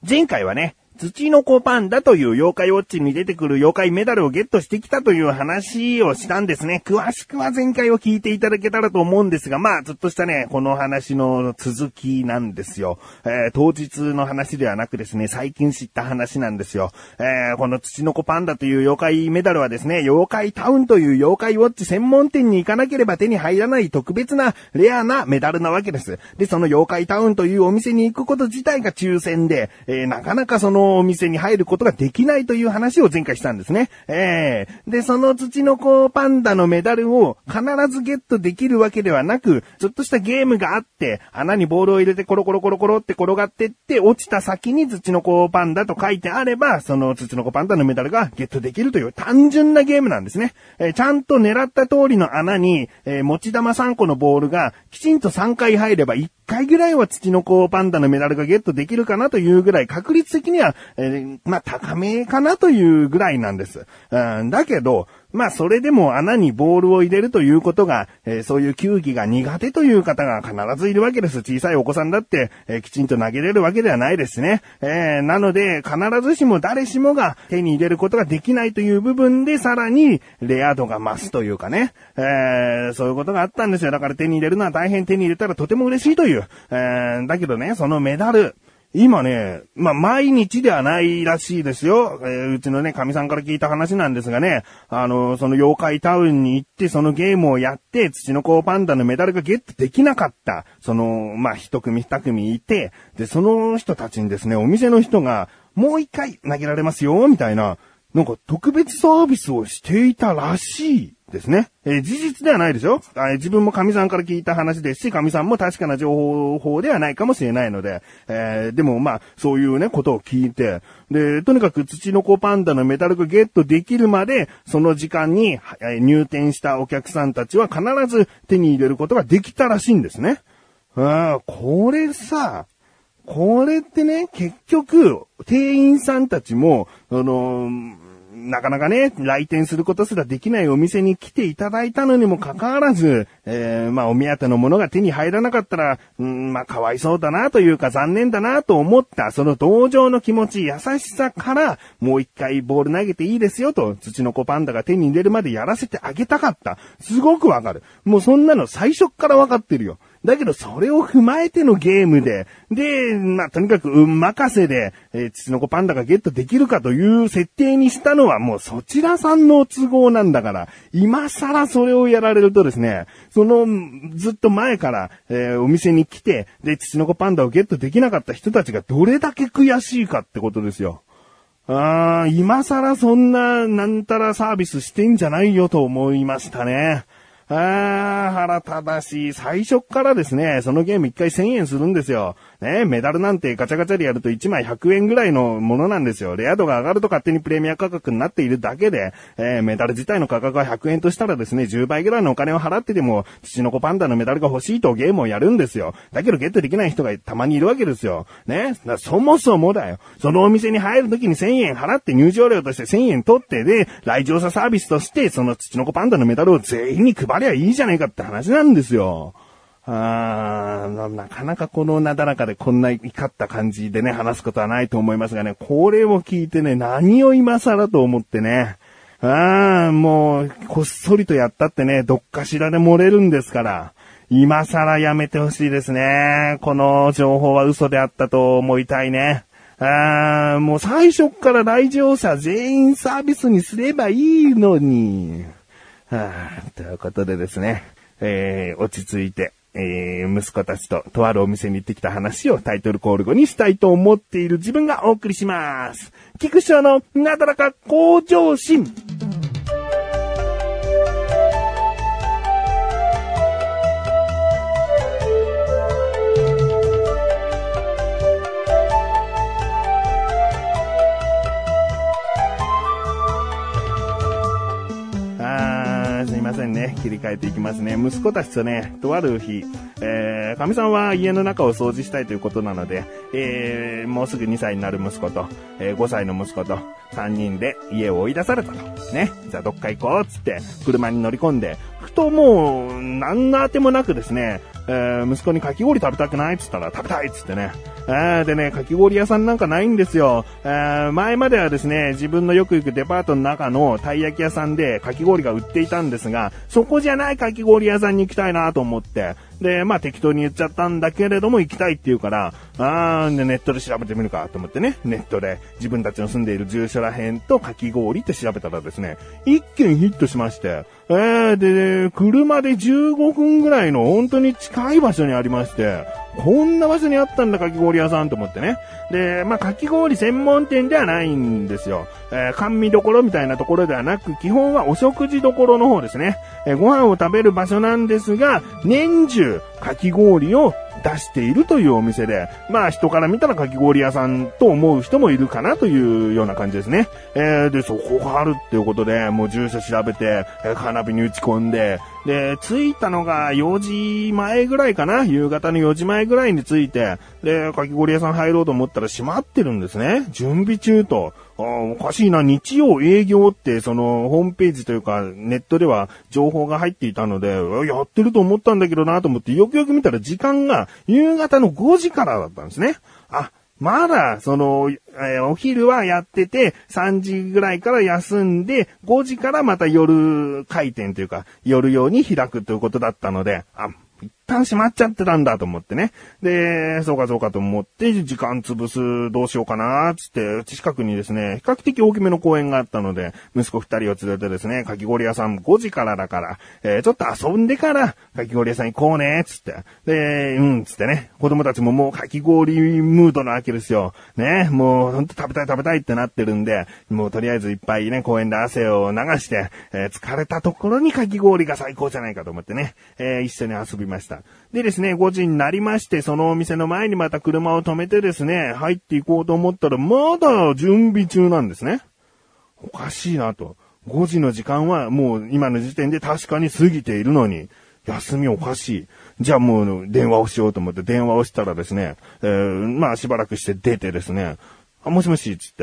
前回はね、土の子パンダという妖怪ウォッチに出てくる妖怪メダルをゲットしてきたという話をしたんですね。詳しくは前回を聞いていただけたらと思うんですが、ずっとしたね、この話の続きなんですよ。当日の話ではなくですね、最近知った話なんですよ。この土の子パンダという妖怪メダルはですね、妖怪タウンという妖怪ウォッチ専門店に行かなければ手に入らない特別なレアなメダルなわけです。で、その妖怪タウンというお店に行くこと自体が抽選で、なかなかそのお店に入ることができないという話を前回したんですね。で、その土の子パンダのメダルを必ずゲットできるわけではなく、ちょっとしたゲームがあって、穴にボールを入れてコロコロコロコロって転がってって、落ちた先に土の子パンダと書いてあれば、その土の子パンダのメダルがゲットできるという単純なゲームなんですね。ちゃんと狙った通りの穴に、持ち玉3個のボールがきちんと3回入れば1回ぐらいは土の子パンダのメダルがゲットできるかなというぐらい、確率的には、高めかなというぐらいなんです。だけど、それでも穴にボールを入れるということが、そういう球技が苦手という方が必ずいるわけです。小さいお子さんだって、きちんと投げれるわけではないですしね。なので、必ずしも誰しもが手に入れることができないという部分で、さらにレア度が増すというかね。そういうことがあったんですよ。だから手に入れるのは大変、手に入れたらとても嬉しいという。だけどね、そのメダル、今ね、毎日ではないらしいですよ。うちのね、神さんから聞いた話なんですがね、その妖怪タウンに行って、そのゲームをやって、土の子パンダのメダルがゲットできなかった、一組二組いて、で、その人たちにですね、お店の人が、もう一回投げられますよ、みたいな、特別サービスをしていたらしいですね。事実ではないですよ。自分も神さんから聞いた話ですし、神さんも確かな情報ではないかもしれないので、でもそういうね、ことを聞いて、で、とにかく土の子パンダのメダルがゲットできるまで、その時間に入店したお客さんたちは必ず手に入れることができたらしいんですね。これってね、結局、店員さんたちも、なかなかね、来店することすらできないお店に来ていただいたのにもかかわらず、お目当てのものが手に入らなかったら、かわいそうだなというか残念だなと思った、その同情の気持ち、優しさから、もう一回ボール投げていいですよと、土の子パンダが手に入れるまでやらせてあげたかった。すごくわかる。もうそんなの最初からわかってるよ。だけどそれを踏まえてのゲームで、とにかく運任せで、土の子パンダがゲットできるかという設定にしたのはもうそちらさんの都合なんだから、今更それをやられるとですね、ずっと前から、お店に来て、で、土の子パンダをゲットできなかった人たちがどれだけ悔しいかってことですよ。今更そんな、なんたらサービスしてんじゃないよと思いましたね。腹立たしい。最初からですね、そのゲーム1回1000円するんですよ。ね、メダルなんてガチャガチャでやると1枚100円ぐらいのものなんですよ。レア度が上がると勝手にプレミア価格になっているだけで、メダル自体の価格が100円としたらですね、10倍ぐらいのお金を払ってでも、土の子パンダのメダルが欲しいとゲームをやるんですよ。だけどゲットできない人がたまにいるわけですよ。ね、そもそもだよ。そのお店に入るときに1000円払って入場料として1000円取って、で、来場者サービスとして、その土の子パンダのメダルを全員に配りゃいいじゃないかって話なんですよ。なかなかこのなだらかでこんな怒った感じでね、話すことはないと思いますがね、これを聞いてね、何を今更と思ってね、もう、こっそりとやったってね、どっかしらで漏れるんですから、今更やめてほしいですね。この情報は嘘であったと思いたいね。もう最初から来場者全員サービスにすればいいのに。ということでですね、落ち着いて、息子たちとあるお店に行ってきた話をタイトルコール後にしたいと思っている自分がお送りします。菊師匠のなだらか向上心。すいませんね。切り替えていきますね。息子たちとね、とある日、かみさんは家の中を掃除したいということなので、もうすぐ2歳になる息子と、5歳の息子と3人で家を追い出されたと。ね。じゃあどっか行こうっつって、車に乗り込んで、ふともう、何のあてもなくですね、 息子にかき氷食べたくないっつったら食べたいっつってね。でね、かき氷屋さんなんかないんですよ。前まではですね、自分のよく行くデパートの中のたい焼き屋さんでかき氷が売っていたんですが、そこじゃないかき氷屋さんに行きたいなと思って、で、まあ適当に言っちゃったんだけれども行きたいって言うから、でネットで調べてみるかと思ってね、ネットで自分たちの住んでいる住所ら辺とかき氷って調べたらですね、一件ヒットしまして、で、車で15分ぐらいの本当に近い場所にありまして、こんな場所にあったんだかき氷屋さんと思ってね。で、まあかき氷専門店ではないんですよ。甘味どころみたいなところではなく、基本はお食事どころの方ですね。ご飯を食べる場所なんですが、年中かき氷を出しているというお店で、まあ人から見たらかき氷屋さんと思う人もいるかなというような感じですね。で、そこがあるっていうことで、もう住所調べて、カーナビに打ち込んで、で、着いたのが4時前ぐらいかな、夕方の4時前ぐらいに着いて、で、かき氷屋さん入ろうと思ったら閉まってるんですね。準備中と。おかしいな、日曜営業って、その、ホームページというか、ネットでは情報が入っていたので、やってると思ったんだけどなと思って、よくよく見たら時間が夕方の5時からだったんですね。まだ、その、お昼はやってて、3時ぐらいから休んで、5時からまた夜開店というか、夜用に開くということだったので、一旦閉まっちゃってたんだと思ってね。で、そうかと思って、時間潰す、どうしようかな、つって、近くにですね、比較的大きめの公園があったので、息子2人を連れてですね、かき氷屋さん5時からだから、ちょっと遊んでから、かき氷屋さん行こうね、つって。で、つってね、子供たちももうかき氷ムードなわけですよ。ね、もうほんと食べたいってなってるんで、もうとりあえずいっぱいね、公園で汗を流して、疲れたところにかき氷が最高じゃないかと思ってね、一緒に遊びました。でですね、5時になりまして、そのお店の前にまた車を止めてですね、入っていこうと思ったら、まだ準備中なんですね。おかしいなと。5時の時間はもう今の時点で確かに過ぎているのに、休みおかしい。じゃあもう電話をしようと思って電話をしたらですね、まあしばらくして出てですね、もしもし、つって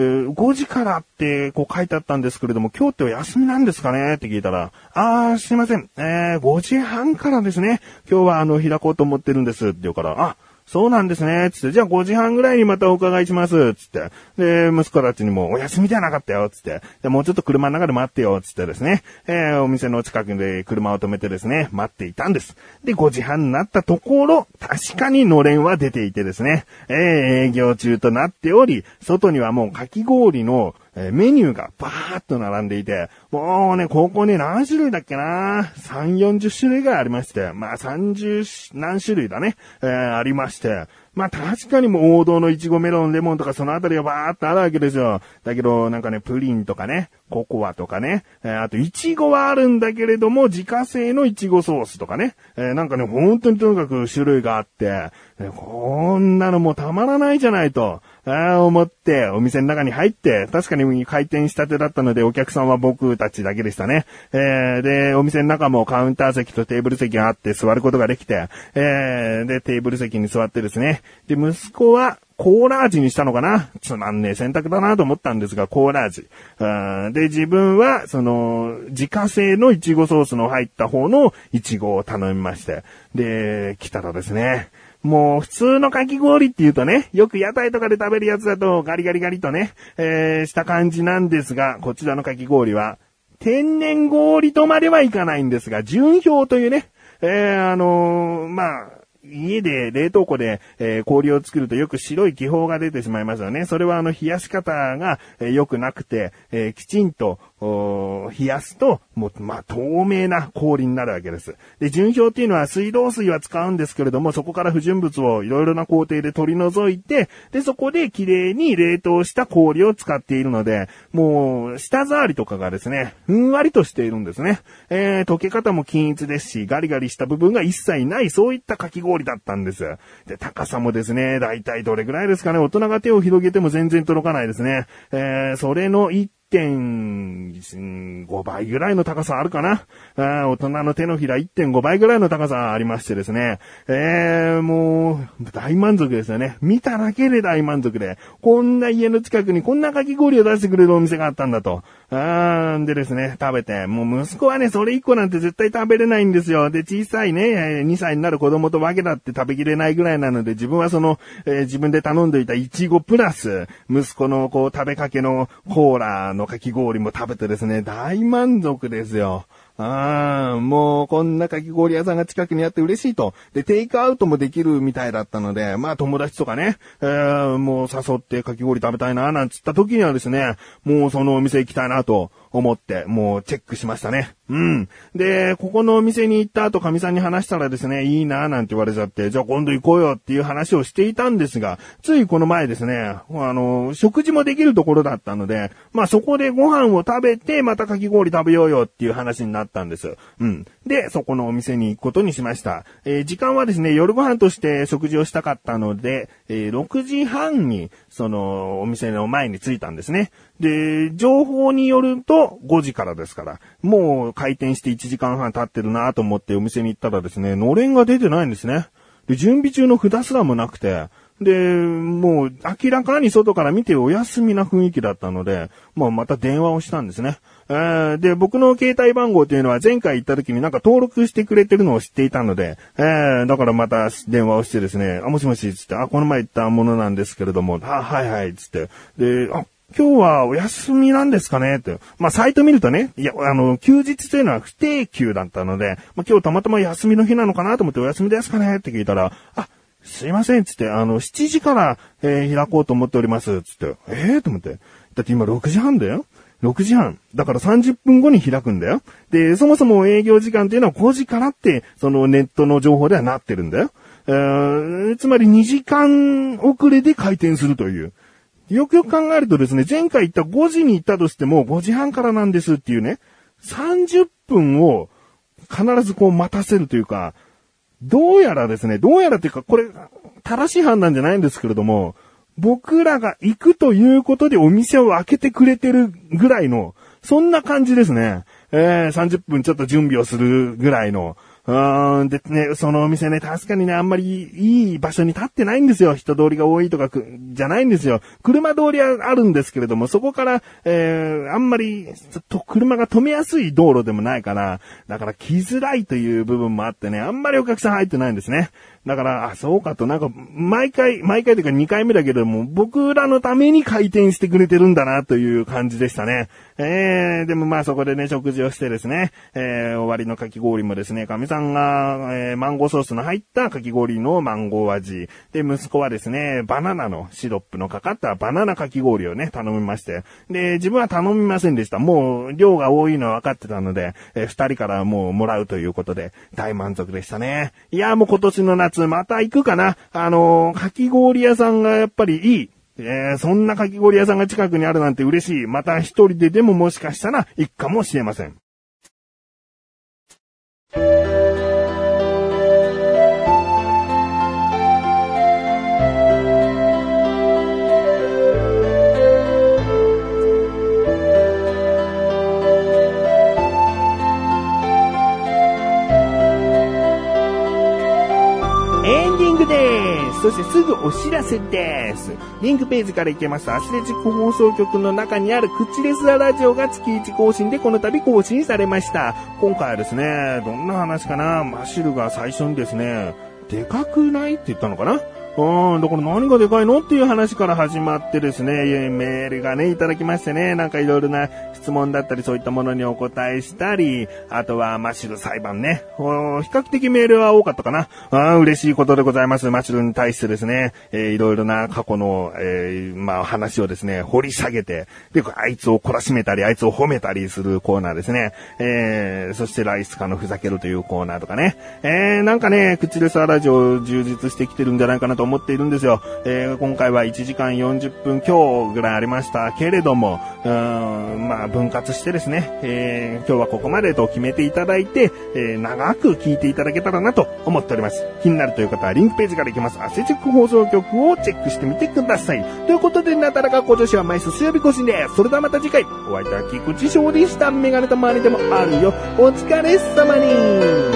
、5時からってこう書いてあったんですけれども、今日ってお休みなんですかねって聞いたら、すいません、5時半からですね、今日は開こうと思ってるんですって言うから、そうなんですね、つって、じゃあ5時半ぐらいにまたお伺いします、つって。で、息子たちにも、お休みじゃなかったよ、つって。で、もうちょっと車の中で待ってよ、つってですね。お店の近くで車を止めてですね、待っていたんです。で、5時半になったところ、確かにのれんは出ていてですね、営業中となっており、外にはもうかき氷のメニューがバーッと並んでいて、もうね、ここね、何種類だっけな ?3、40種類がありまして、まあ30何種類だね、ありまして、まあ確かにもう王道のイチゴメロンレモンとかそのあたりがバーッとあるわけですよ。だけどなんかね、プリンとかね、ココアとかね、あとイチゴはあるんだけれども自家製のイチゴソースとかね、なんかね、本当にとにかく種類があって、こんなのもうたまらないじゃないと、思ってお店の中に入って、確かに開店したてだったのでお客さんは僕たちだけでしたね。で、お店の中もカウンター席とテーブル席があって座ることができて、で、テーブル席に座ってですね、で、息子はコーラ味にしたのかな、つまんねえ選択だなと思ったんですが、コーラ味。で、自分は、自家製のイチゴソースの入った方のイチゴを頼みまして、で、来たらですね、もう普通のかき氷って言うとね、よく屋台とかで食べるやつだとガリガリガリとね、した感じなんですが、こちらのかき氷は、天然氷とまではいかないんですが、純氷というね、まあ、家で冷凍庫で、氷を作るとよく白い気泡が出てしまいますよね。それは冷やし方が良くなくて、きちんと冷やすともう透明な氷になるわけです。で、純氷っていうのは水道水は使うんですけれども、そこから不純物をいろいろな工程で取り除いて、でそこで綺麗に冷凍した氷を使っているので、もう舌触りとかがですね、ふんわりとしているんですね。溶け方も均一ですし、ガリガリした部分が一切ない、そういったかき氷だったんです。で、高さもですね、だいたいどれぐらいですかね、大人が手を広げても全然届かないですね。それの 1.5 倍ぐらいの高さあるかな。大人の手のひら 1.5 倍ぐらいの高さありましてですね。もう、大満足ですよね。見ただけで大満足で、こんな家の近くにこんなかき氷を出してくれるお店があったんだと。でですね、食べて、もう息子はね、それ1個なんて絶対食べれないんですよ。で、小さいね、2歳になる子供と分けたって食べきれないぐらいなので、自分は自分で頼んでいたイチゴプラス、息子の食べかけのコーラのかき氷も食べてですね、大満足ですよ。もうこんなかき氷屋さんが近くにあって嬉しいと。で、テイクアウトもできるみたいだったので、まあ友達とかね、もう誘ってかき氷食べたいな、なんつった時にはですね、もうそのお店行きたいなと思って、もうチェックしましたね。で、ここのお店に行った後、かみさんに話したらですね、いいな、なんて言われちゃって、じゃあ今度行こうよっていう話をしていたんですが、ついこの前ですね、食事もできるところだったので、まあそこでご飯を食べて、またかき氷食べようよっていう話になったんです。で、そこのお店に行くことにしました。時間はですね、夜ご飯として食事をしたかったので、6時半に、そのお店の前に着いたんですね。で、情報によると5時からですから、もう開店して1時間半経ってるなと思ってお店に行ったらですね、のれんが出てないんですね。で、準備中の札すらもなくて、で、もう明らかに外から見てお休みな雰囲気だったので、また電話をしたんですね。で、僕の携帯番号というのは前回行った時になんか登録してくれてるのを知っていたので、だからまた電話をしてですね、もしもし、つって、この前言ったものなんですけれども、はいはい、つって、で、今日はお休みなんですかねって。サイト見るとね、休日というのは不定休だったので、今日たまたま休みの日なのかなと思ってお休みですかねって聞いたら、すいません、つって、7時から、開こうと思っております、つって、と思って。だって今6時半だよ。6時半。だから30分後に開くんだよ。で、そもそも営業時間っていうのは5時からって、そのネットの情報ではなってるんだよ。つまり2時間遅れで開店するという。よくよく考えるとですね、前回言った5時に行ったとしても5時半からなんですっていうね、30分を必ず待たせるというか、どうやらっていうか、これ、正しい判断じゃないんですけれども、僕らが行くということでお店を開けてくれてるぐらいの、そんな感じですね。30分ちょっと準備をするぐらいの。でね、そのお店ね、確かにね、あんまりいい場所に立ってないんですよ。人通りが多いとかじゃないんですよ。車通りはあるんですけれども、そこから、あんまり、ちょっと車が止めやすい道路でもないから、だから来づらいという部分もあってね、あんまりお客さん入ってないんですね。だから、そうかと、なんか、毎回というか2回目だけども、僕らのために開店してくれてるんだなという感じでしたね。でもそこでね、食事をしてですね、終わりのかき氷もですね、かみさんが、マンゴーソースの入ったかき氷のマンゴー味。で、息子はですね、バナナのシロップのかかったバナナかき氷をね、頼みまして。で、自分は頼みませんでした。もう、量が多いのは分かってたので、2人からもうもらうということで、大満足でしたね。いや、もう今年の夏、また行くかな。かき氷屋さんがやっぱりいい。そんなかき氷屋さんが近くにあるなんて嬉しい。また一人ででももしかしたら行くかもしれません。そしてすぐお知らせです。リンクページから行けますアスレチック放送局の中にある口レスラジオが月1更新でこの度更新されました。今回はですね、どんな話かな、マシルが最初にですね、でかくないって言ったのかな。だから何がでかいのっていう話から始まってですね、メールがね、いただきましてね、なんかいろいろな質問だったりそういったものにお答えしたり、あとはマシル裁判ね、比較的メールは多かったかな。嬉しいことでございます。マシルに対してですね、いろいろな過去の、話をですね、掘り下げて、で、あいつを懲らしめたり、あいつを褒めたりするコーナーですね。そしてライスカのふざけるというコーナーとかね。なんかね、口レスラジオ充実してきてるんじゃないかなと思っているんですよ。今回は1時間40分強ぐらいありましたけれども、まあ分割してですね、今日はここまでと決めていただいて、長く聞いていただけたらなと思っております。気になるという方はリンクページから行けます。アスレチック放送局をチェックしてみてください。ということで、なだらか向上心は毎週水曜日更新です。それではまた次回、お会いいたい菊池翔でした。メガネとマネでもあるよ。お疲れ様に。